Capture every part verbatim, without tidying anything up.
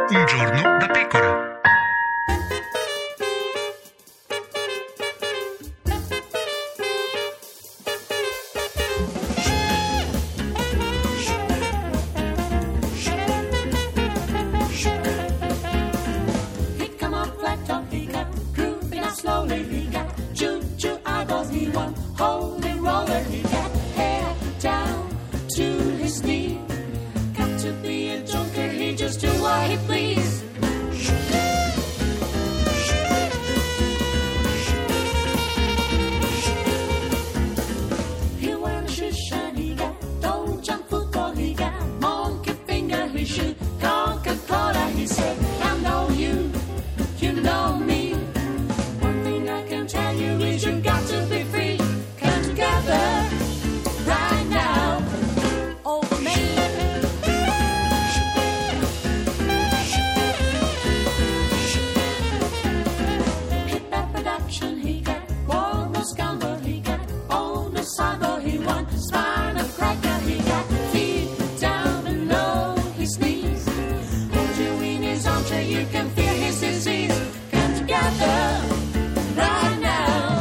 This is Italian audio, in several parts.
Un giorno da pecora. Slowly he got choo-choo eyeballs, he won holy roller, he got hair down to his knee. Got to be a joker, he just do what he please. He wear a shoe shine, he got don't jump football, he got monkey finger, he shoot Coca-Cola, he said, I know you, you know me. You got to be free. Come together right now over me. Hit that production, he got world no scandal, he got own the cyber, he won spinal cracker, he got feet down below his knees. Hold you in his armchair, you can feel his disease. Come together right now.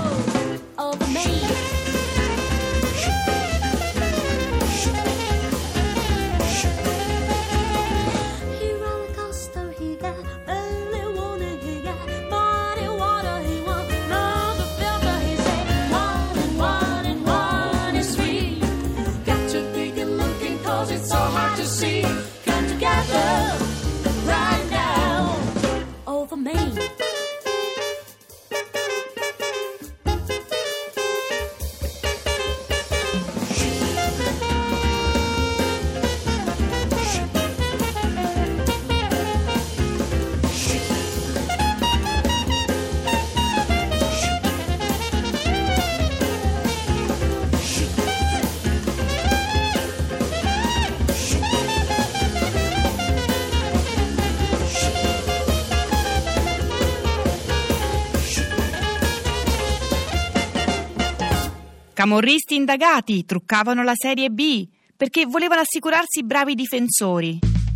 Camorristi indagati truccavano la Serie B perché volevano assicurarsi bravi difensori.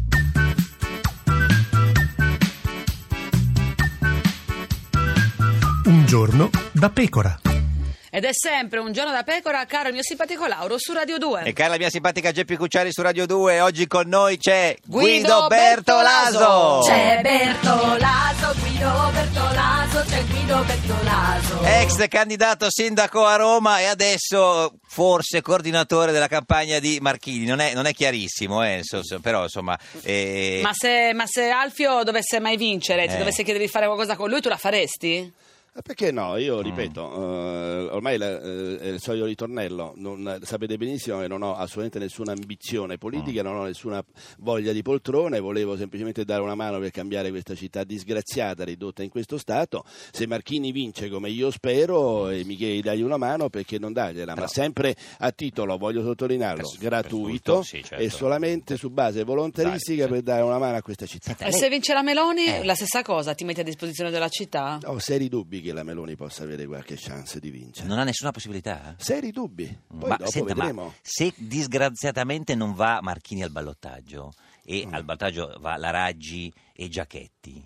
Un giorno da pecora. Ed è sempre un giorno da pecora, caro il mio simpatico Lauro su Radio due. E cara la mia simpatica Geppi Cucciari su Radio due. Oggi con noi c'è Guido, Guido Bertolaso. Bertolaso. C'è Bertolaso, Guido Bertolaso, c'è Guido Bertolaso. Ex candidato sindaco a Roma e adesso forse coordinatore della campagna di Marchini. Non è, non è chiarissimo, eh, so, so, però insomma... Eh... Ma, se, ma se Alfio dovesse mai vincere, ti Eh. dovesse chiedere di fare qualcosa con lui, tu la faresti? Perché no? Io ripeto, mm. uh, ormai la, uh, è il solito ritornello, non, sapete benissimo che non ho assolutamente nessuna ambizione politica, mm. non ho nessuna voglia di poltrone, volevo semplicemente dare una mano per cambiare questa città disgraziata, ridotta in questo stato. Se Marchini vince come io spero e mi chiedi di dargli una mano, perché non dargliela, Però, ma sempre a titolo, voglio sottolinearlo, per, gratuito per sì, certo. e solamente su base volontaristica. Dai, per dare una mano a questa città. E se vince la Meloni, Eh. la stessa cosa, ti metti a disposizione della città? Ho seri dubbi che la Meloni possa avere qualche chance di vincere. Non ha nessuna possibilità? Seri dubbi. Poi Ma, dopo senta, vedremo. ma se disgraziatamente non va Marchini al ballottaggio e Mm. al ballottaggio va la Raggi e Giachetti,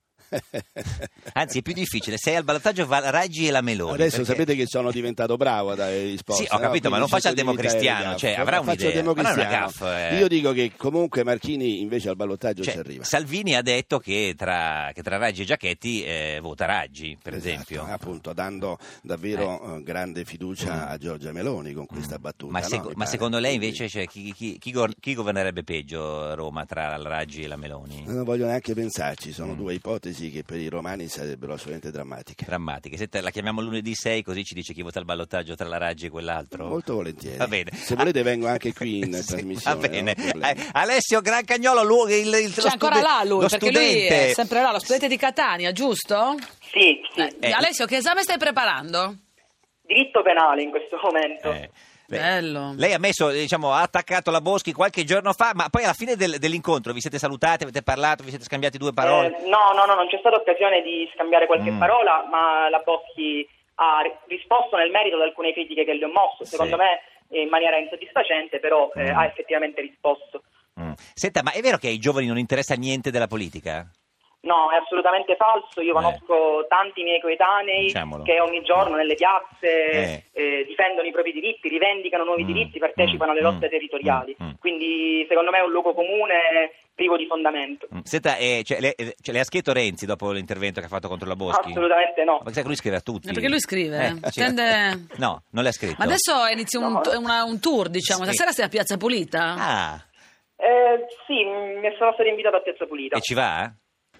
anzi è più difficile, se al ballottaggio va la Raggi e la Meloni, Adesso perché... sapete che sono diventato bravo a dare risposte. Sì, ho capito, no? ma non Quindi faccia il cerco di evitare democristiano, le gaffe. cioè, avrà Faccio un'idea, democristiano. ma non è una gaffe, eh. Io dico che comunque Marchini invece al ballottaggio Cioè, ci arriva. Salvini ha detto che tra, che tra Raggi e Giachetti eh, vota Raggi, per Esatto, esempio. appunto, dando davvero eh. grande fiducia Mm. a Giorgia Meloni con questa battuta. Ma, no? sec- Mi ma pare. secondo lei Quindi, invece cioè, chi, chi, chi, go- chi governerebbe peggio a Roma tra la Raggi e la Meloni? Non voglio neanche pensarci, sono Mm. due ipotesi che per i romani sarebbero assolutamente drammatiche. Drammatiche. Senta, la chiamiamo lunedì sei, così ci dice chi vota il ballottaggio tra la Raggi e quell'altro. Molto volentieri. Va bene. Se volete Ah, vengo anche qui in sì, trasmissione. Va bene. non ho problemi. Eh, Alessio Grancagnolo, lui, il, il, C'è lo ancora studen- là lui, lo perché studente. lui è sempre là, lo studente di Catania, giusto? Sì, sì. Eh, Eh. Alessio, che esame stai preparando? Diritto penale in questo momento. Eh, beh, Bello. Lei ha messo, diciamo, ha attaccato la Boschi qualche giorno fa, ma poi alla fine del- dell'incontro vi siete salutati, avete parlato, vi siete scambiati due parole? Eh, no, no, no, non c'è stata occasione di scambiare qualche Mm. parola, ma la Boschi ha ri- risposto nel merito ad alcune critiche che le ho mosso, Sì. secondo me eh, in maniera insoddisfacente, però eh, Mm. ha effettivamente risposto Mm. Senta, ma è vero che ai giovani non interessa niente della politica? No, è assolutamente falso. Io Eh. conosco tanti miei coetanei Diciamolo. che ogni giorno nelle piazze Eh. eh, difendono i propri diritti, rivendicano nuovi Mm, diritti, partecipano mm, alle lotte mm, territoriali. mm, mm. Quindi secondo me è un luogo comune privo di fondamento. Mm. Senta, eh, cioè, le, eh, cioè, le ha scritto Renzi dopo l'intervento che ha fatto contro la Boschi? Assolutamente no. Ma perché lui scrive a tutti. Eh, perché lui scrive, Eh, sì. tende- No, non le ha scritto. Ma adesso inizia un, No. una- un tour, diciamo. Sì. Stasera sei a Piazza Pulita? Ah, Eh, sì, mi sono stato invitato a Piazza Pulita. e ci va?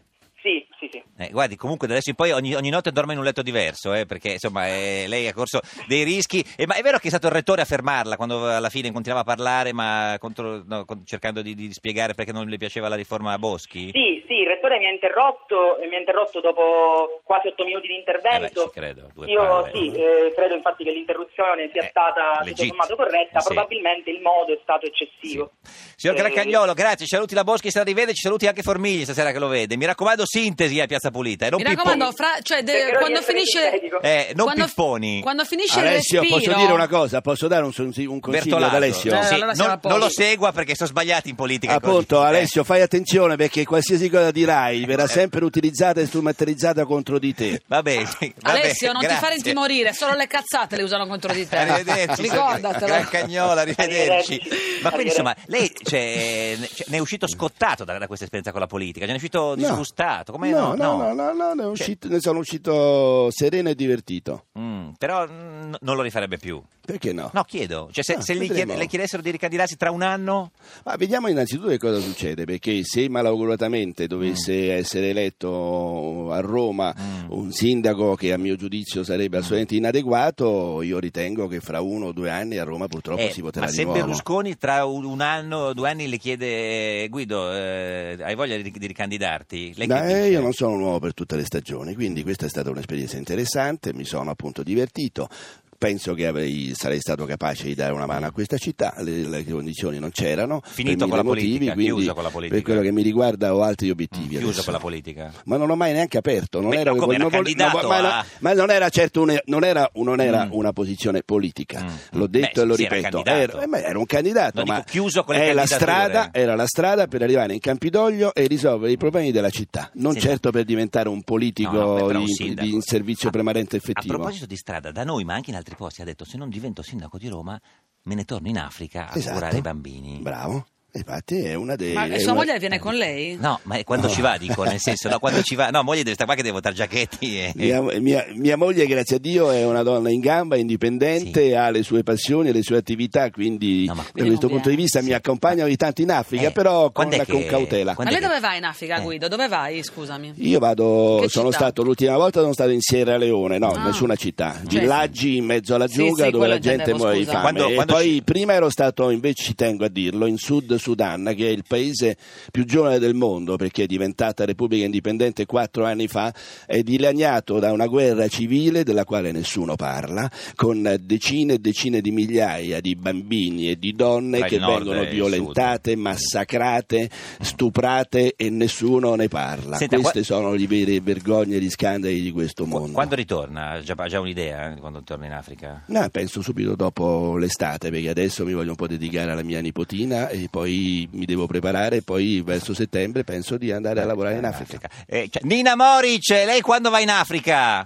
Sì, sì, sì. Eh, guardi, comunque da adesso in poi ogni, ogni notte dorme in un letto diverso, eh, perché insomma eh, lei ha corso dei rischi. Eh, ma è vero che è stato il rettore a fermarla quando alla fine continuava a parlare, ma contro- no, con- cercando di, di spiegare perché non le piaceva la riforma Boschi? Sì, sì, il rettore mi ha interrotto, mi ha interrotto dopo quasi otto minuti di Eh intervento. beh, ci credo, due Io palle. sì, eh, credo infatti che l'interruzione sia Eh, stata tutto legittima. sommato corretta, Sì. probabilmente il modo è stato eccessivo. Signor Eh, Graccagnolo, grazie, ci saluti la Boschi se la rivede, ci saluti anche Formigli stasera che lo vede. Mi raccomando, sintesi a Piazza Pulita, e non Mi raccomando, pipponi. fra, cioè, de- Cercherò di quando essere finisce... sintetico. Eh, non quando, pipponi. Quando finisce Alessio, il respiro... posso dire una cosa? Posso dare un, un consiglio Bertolaso. ad Alessio? Eh, Sì, allora siamo non, a posto. non lo segua perché sono sbagliati in politica. Appunto, così. Alessio, fai attenzione perché qualsiasi cosa dirai verrà Eh. sempre utilizzata e strumentalizzata contro di te. Eh, va bene, sì, va Alessio, bene, non ti fare grazie. intimorire, solo le cazzate le usano contro di te. Arrivederci, Ricordatelo. Graccagnolo, arrivederci. Arrivederci. Ma quindi insomma, lei cioè, ne cioè, ne è uscito scottato da, da questa esperienza con la politica? Ce ne è uscito disgustato? Come no, no? no, no, no, no, ne, è uscito- ne sono uscito sereno e divertito. Mm, però mm, non lo rifarebbe più. Perché no? No, chiedo. Cioè, se, Ah, se gli vedremo. chiede- le chiedessero di ricandidarsi tra un anno? Ma vediamo innanzitutto che cosa succede, perché se malauguratamente dovesse Mm. essere eletto a Roma un sindaco che a mio giudizio sarebbe assolutamente inadeguato, io ritengo che fra uno o due anni a Roma purtroppo Eh, si voterà ma di se nuovo. Berlusconi tra un, un anno o due anni le chiede Guido, eh, hai voglia di, di ricandidarti? Lei che Ma, eh, dice? io non sono un uomo per tutte le stagioni, quindi questa è stata un'esperienza interessante, mi sono appunto divertito. Penso che avrei, sarei stato capace di dare una mano a questa città, le, le condizioni non c'erano. Finito per con la mille motivi, politica, quindi chiuso con la politica. Per quello che mi riguarda ho altri obiettivi Chiuso adesso. con la politica. Ma non ho mai neanche aperto, non Beh, era, no, come era non vol- candidato non- ma, no- a- ma non era certo un- non era, non era Mm. una posizione politica, Mm. l'ho detto Beh, e lo sì, era ripeto, candidato. era, eh, ma era un candidato, No, dico, ma chiuso con le è la candidature. strada, era la strada per arrivare in Campidoglio e risolvere i problemi della città, non Sì, certo per diventare un politico No, no, beh, però un di, sindaco. di in servizio A- permanente A effettivo. proposito di strada, da noi ma anche in altri posti ha detto se non divento sindaco di Roma me ne torno in Africa a Esatto. curare i bambini. Bravo, infatti è una dei... Ma è sua una- moglie viene con lei? No, ma è quando ci va, dico, nel senso, no, quando ci va, no, moglie deve stare qua che deve votare Giachetti. E... Mia, mia- mia moglie, grazie a Dio, è una donna in gamba, indipendente, Sì. ha le sue passioni, le sue attività, quindi No, ma- da Quindi questo non punto di viene. vista mi accompagna ogni tanto in Africa, Eh, però con, quando è con che- cautela. quando- Ma lei che- dove va in Africa, Eh. Guido? Dove vai, scusami? Io vado, Che sono città? stato l'ultima volta sono stato in Sierra Leone, no, Ah. nessuna città, Cioè, villaggi in mezzo alla Sì, giungla sì, dove la quello gente intendevo, muore di scusa. fame. Quando- e quando poi ci- prima ero stato, invece ci tengo a dirlo, in Sud Sudan, che è il paese più giovane del mondo perché è diventata Repubblica Indipendente quattro anni fa, è dilaniato da una guerra civile della quale nessuno parla, con decine e decine di migliaia di bambini e di donne Tra il che nord vengono e il violentate, massacrate, stuprate e nessuno ne parla. Senta, Queste qua- sono le vere vergogne e gli scandali di questo mondo. Quando ritorna? Ha già, ha già un'idea eh, quando torna in Africa? No, penso subito dopo l'estate, perché adesso mi voglio un po' dedicare alla mia nipotina e poi mi devo preparare e poi verso settembre penso di andare a lavorare in Africa. Eh, cioè, Nina Moric, lei quando va in Africa?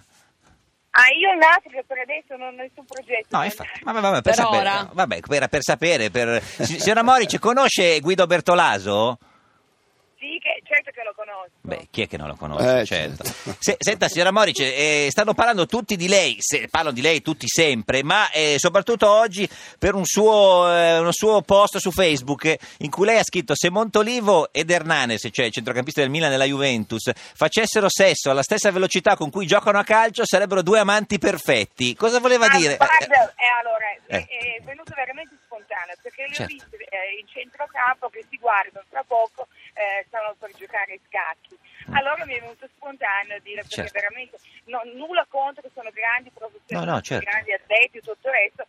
Ah, io in Africa per adesso non ho nessun progetto. No, infatti, ma, vabbè, per, Per sapere, ora? no, vabbè, per, per sapere, per... Si- signora Moric, conosce Guido Bertolaso? Sì, che, certo che lo conosco. Beh, chi è che non lo conosce? Eh, certo. certo. Se- senta, signora Moric, eh, stanno parlando tutti di lei, se, parlano di lei tutti sempre, ma eh, soprattutto oggi per un suo, eh, uno suo post su Facebook eh, in cui lei ha scritto se Montolivo ed Hernanes, cioè il centrocampista del Milan e della Juventus, facessero sesso alla stessa velocità con cui giocano a calcio sarebbero due amanti perfetti. Cosa voleva Ah, dire? guarda, eh, allora, Eh. è, è venuto veramente spontaneo, perché li Certo. ho visti eh, in centrocampo che si guardano tra poco, eh, stanno per giocare a scacchi. Allora mi è venuto spontaneo dire, perché Mm. Certo. veramente no, nulla contro, che sono grandi professionisti, No, no, certo. grandi atleti e tutto il resto,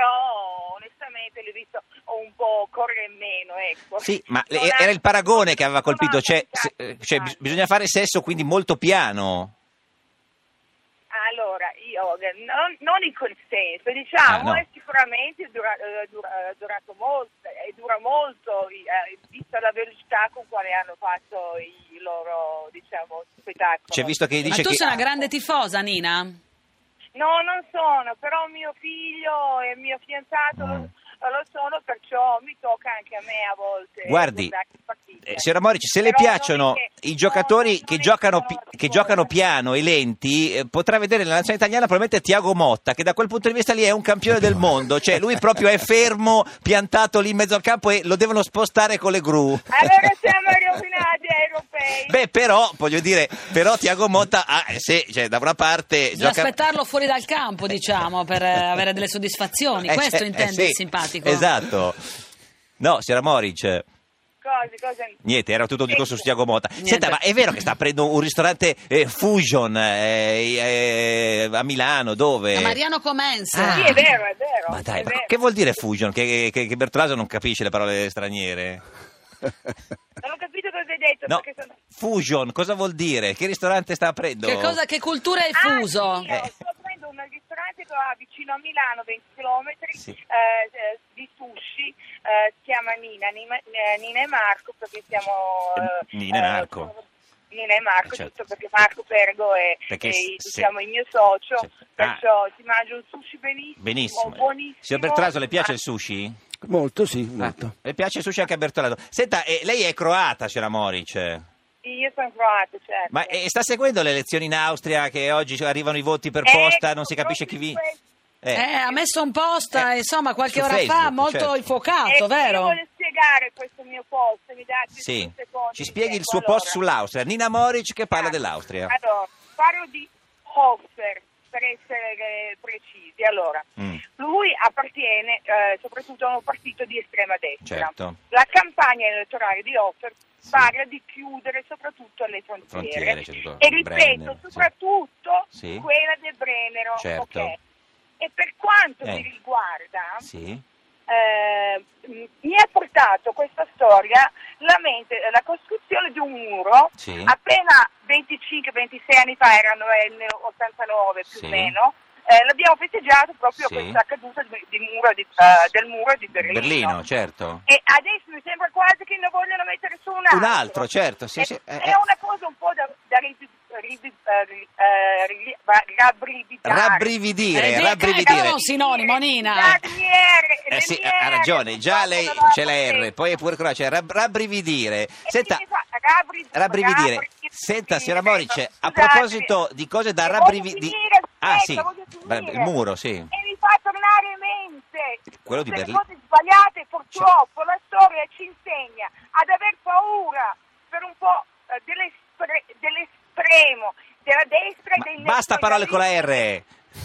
però onestamente l'ho visto un po' correre meno, ecco. Sì, ma Non le- ha- era il paragone che aveva non ha colpito, cioè, capitato se- eh, cioè, di bis- fare. bisogna fare sesso quindi molto piano. Allora, io oh, non, non in quel senso, diciamo, Ah, no. è sicuramente dura, eh, dura, durato molto, e dura molto, eh, vista la velocità con quale hanno fatto i loro, diciamo, spettacoli. C'è visto che Ma dice tu che... sei una grande tifosa, Nina? No, non sono, però mio figlio e mio fidanzato Mm. lo, lo sono, perciò mi tocca anche a me a volte Guardi, guardare le partite. Eh, signora Morici, se le Però piacciono non è che- i giocatori no, che, non è giocano, che pi- sono che d'accordo. giocano piano e lenti, eh, potrà vedere nella nazionale italiana probabilmente Thiago Motta, che da quel punto di vista lì è un campione del mondo, cioè lui proprio è fermo, piantato lì in mezzo al campo e lo devono spostare con le gru. Allora siamo rovinati ai europei. Beh, però, voglio dire, però Thiago Motta, ha, eh, se, cioè, da una parte... Bisogna gioca- aspettarlo fuori dal campo, diciamo, per eh, avere delle soddisfazioni. Eh, Questo cioè, intende eh, sì, il simpatico. Esatto. No, signora Moric... Cose, cose... Niente, era tutto un discorso su Thiago Motta. Niente. Senta, ma è vero che sta aprendo un ristorante eh, Fusion eh, eh, a Milano, dove? A Mariano Comensa. Ah. Sì, è vero, è vero. Ma dai, è ma vero. che vuol dire Fusion? Che, che, che Bertolaso non capisce le parole straniere? Non ho capito cosa hai detto. No, perché sono... Fusion, cosa vuol dire? Che ristorante sta aprendo? Che, cosa, che cultura hai Ah, fuso? sì, io Eh. sto aprendo un ristorante che ha vicino a Milano, venti chilometri, Sì. eh, eh, di sushi, eh, si chiama Nina, Nina, eh, Nina e Marco, perché siamo... eh, Nina e eh, Marco. Nina e Marco, Eh, certo. giusto perché Marco Pergo è, Perché è, se- diciamo, il mio socio, se- ah. perciò si mangia un sushi benissimo, Benissimo. buonissimo. Signor Bertolaso, le piace il sushi? Molto, sì, molto. Ah, le piace il sushi anche a Bertolaso. Senta, eh, lei è croata, signora Moric. Sì, io sono croata, certo. Ma eh, sta seguendo le elezioni in Austria, che oggi arrivano i voti per Ecco, posta, non si capisce chi proprio vince? questo. Eh, ha messo un post, Eh, insomma, qualche su ora Facebook, fa, molto certo. infuocato, Ecco, io vero? voglio spiegare questo mio post, mi date Sì, due secondi ci di spieghi il tempo. suo post Allora, sull'Austria. Nina Moric che parla dell'Austria. Allora, parlo di Hofer, per essere eh, precisi. Allora, Mm. lui appartiene eh, soprattutto a un partito di estrema destra. Certo. La campagna elettorale di Hofer parla di chiudere soprattutto le frontiere. Frontiere, certo, e ripeto, Brenner, sì. soprattutto Sì. quella del Brennero. Certo. ok? E per quanto Eh. mi riguarda... Sì. Eh, mi ha portato questa storia la, mente, la costruzione di un muro Sì. appena venticinque ventisei anni fa, erano nell'ottantanove più Sì. o meno, eh, l'abbiamo festeggiato proprio Sì. questa caduta di, di muro di, eh, del muro di Berlino. Berlino, certo. E adesso mi sembra quasi che ne vogliono mettere su un altro. Un altro, certo, sì, è, sì, eh, è eh. una cosa un po' da, da rivi- rivi- eh, ri- eh, ri- ra- rabbrividare. Rabbrividire, Eh, rabbrividire. cavolo, un sinonimo, Nina. Garniere, Eh sì, lemiere, ha ragione, già lei non so c'è la cosa R, detto. poi è pure croce, rab- rabbrividire. E Senta, quindi fa- rabbri- rabbrividire. rabbrividire. Senta, signora Moric, a Scusate, proposito di cose da e rabbrividire... voglio finire, Ah, sì, aspetta, voglio Bra- finire. il muro, sì. E mi fa tornare in mente Quello di tutte le Berlino. cose sbagliate, purtroppo la storia ci insegna ad aver paura per un po' eh, dell'espre- dell'estremo, della destra Ma e del basta parole con la R. Eh,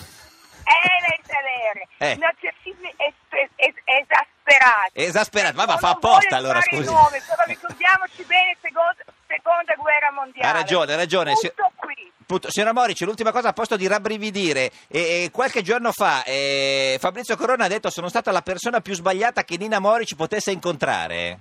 lei sa l'R. Eh. Narcisismi es- es- esasperati. Esasperato, ma, ma Non fa voglio apposta allora, fare scusi. nomi, però ricordiamoci bene seconda, seconda guerra mondiale. Ha ragione, ha ragione. Si- Tutto qui. Punto. Signora Moric, l'ultima cosa a posto di rabbrividire. E, e qualche giorno fa eh, Fabrizio Corona ha detto: sono stata la persona più sbagliata che Nina Moric potesse incontrare.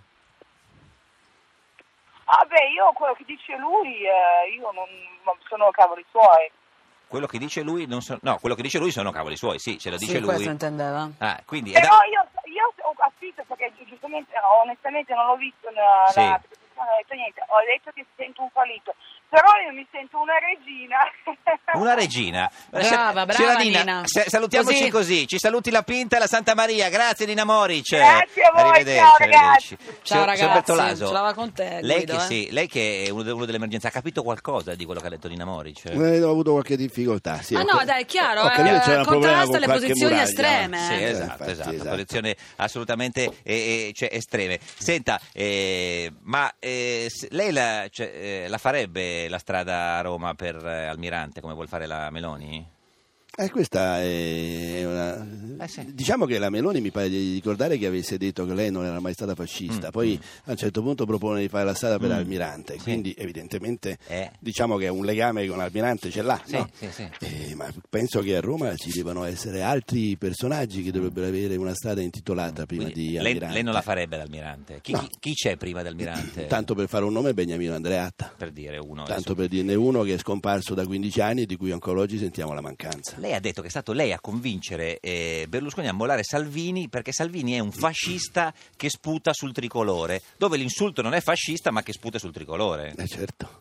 Ah beh, io quello che dice lui, eh, io non non sono cavoli suoi. Quello che dice lui non so- no, quello che dice lui sono cavoli suoi, sì, ce lo dice Sì, lui. questo intendeva. Ah, quindi è Però da- io, io ho capito, perché giustamente, onestamente non l'ho visto nella Sì. la presentazione, ho detto niente, ho detto che sento un fallito, però io mi sento una regina. Una regina. Brava, brava, Signora Nina, Nina. sa- salutiamoci così. Così. Ci saluti la Pinta e la Santa Maria. Grazie Nina Moric. Grazie a voi, Arrivederci, ciao, ragazzi. arrivederci. Ciao, Signor- ragazzi, signor Bertolaso, ce l'ava con te, lei Guido, che, eh. sì, lei che è uno, de- uno dell'emergenza, ha capito qualcosa di quello che ha detto Nina Moric? Eh, ho avuto qualche difficoltà. Sì, Ma ho- no, dai, è chiaro, ho capito eh, che c'era un problema contrasta con le qualche posizioni muraglia, estreme. no? Sì, Eh, esatto, infatti, esatto, esatto. posizioni assolutamente eh, eh, cioè, estreme. Senta, eh, ma eh, se- lei la, cioè, eh, la farebbe la strada a Roma per eh, Almirante come vuol fare la Meloni? Eh, questa è una... Eh, sì. Diciamo che la Meloni mi pare di ricordare che avesse detto che lei non era mai stata fascista, Mm, poi a un certo punto propone di fare la strada per Mm, Almirante, sì. quindi evidentemente Eh. diciamo che un legame con Almirante ce l'ha, Sì, no? sì, sì. Eh, ma penso che a Roma ci devono essere altri personaggi che dovrebbero avere una strada intitolata prima Quindi di lei, Almirante. lei non la farebbe l'Almirante? Chi, No. chi- chi c'è prima dell'Almirante? Tanto per fare un nome, Beniamino Andreatta. Per dire uno. Tanto adesso. per dirne uno che è scomparso da quindici anni e di cui ancora oggi sentiamo la mancanza. lei ha detto che è stato lei a convincere eh, Berlusconi a mollare Salvini perché Salvini è un fascista che sputa sul tricolore, dove l'insulto non è fascista ma che sputa sul tricolore. Eh certo.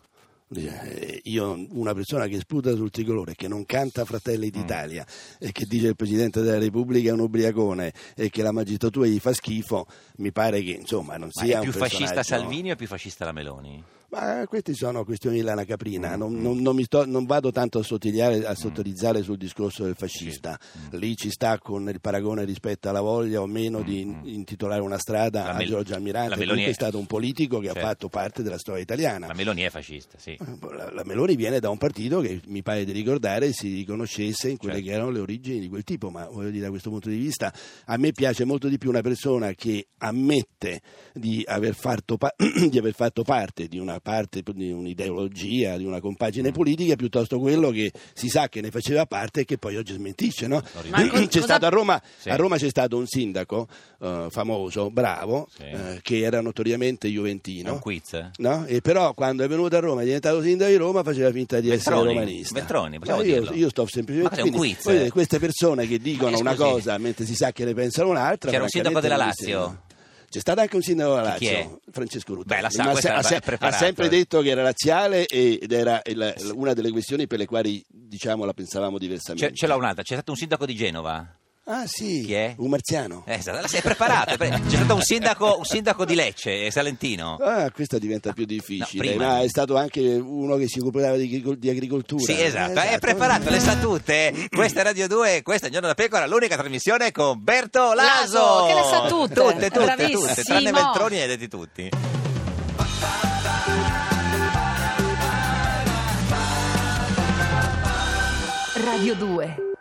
Io, una persona che sputa sul tricolore, che non canta Fratelli d'Italia mm. e che dice il Presidente della Repubblica è un ubriacone e che la magistratura gli fa schifo, mi pare che insomma non Ma sia è più un fascista personaggio... Salvini o più fascista la Meloni? Ma queste sono questioni di lana caprina, non, non, non, mi sto, non vado tanto a sottolineare, a sottolineare sul discorso del fascista, lì ci sta con il paragone rispetto alla voglia o meno di intitolare una strada la a Mel- Giorgio Almirante, Meloni che è... è stato un politico che certo. ha fatto parte della storia italiana. La Meloni è fascista, sì. La, la Meloni viene da un partito che mi pare di ricordare si riconoscesse in quelle certo. che erano le origini di quel tipo, ma voglio dire, da questo punto di vista a me piace molto di più una persona che ammette di aver fatto, pa- di aver fatto parte di una parte di un'ideologia, di una compagine politica, piuttosto quello che si sa che ne faceva parte e che poi oggi smentisce, no? Ma co- c'è cosa... stato a Roma, sì. a Roma c'è stato un sindaco uh, famoso, bravo, sì. uh, che era notoriamente juventino. È un quiz? No? E però quando è venuto a Roma è diventato sindaco di Roma, faceva finta di essere Veltroni, romanista. Veltroni, possiamo Ma io, dirlo. io sto semplicemente Ma cos'è un quindi, quiz? voglio dire, queste persone che dicono Eh, una scusi. cosa mentre si sa che ne pensano un'altra. C'era un sindaco francamente della non mi Lazio? sembra. C'è stato anche un sindaco della Chi è? Lazio, Francesco Rutelli, Beh, la sa, ma questa se- era ha, se- ha preparato, sempre eh. detto che era laziale ed era il- una delle questioni per le quali diciamo la pensavamo diversamente. C'è, ce l'ho un'altra, c'è stato un sindaco di Genova? Ah sì, Chi è? un marziano. Eh, esatto, la sei preparato. C'è stato un sindaco, un sindaco di Lecce, Salentino. Ah, questa diventa più difficile, no, prima. ma è stato anche uno che si occupava di, agricol- di agricoltura. Sì, esatto, Eh, è preparato, le sa tutte. eh. Questa è Radio due, questa è Giorno da Pecora, l'unica trasmissione con Berto Laso. Laso, che le sa tutte. Tutte, tutte, Bravissimo. tutte, tranne Veltroni, li hai detti tutti. Radio due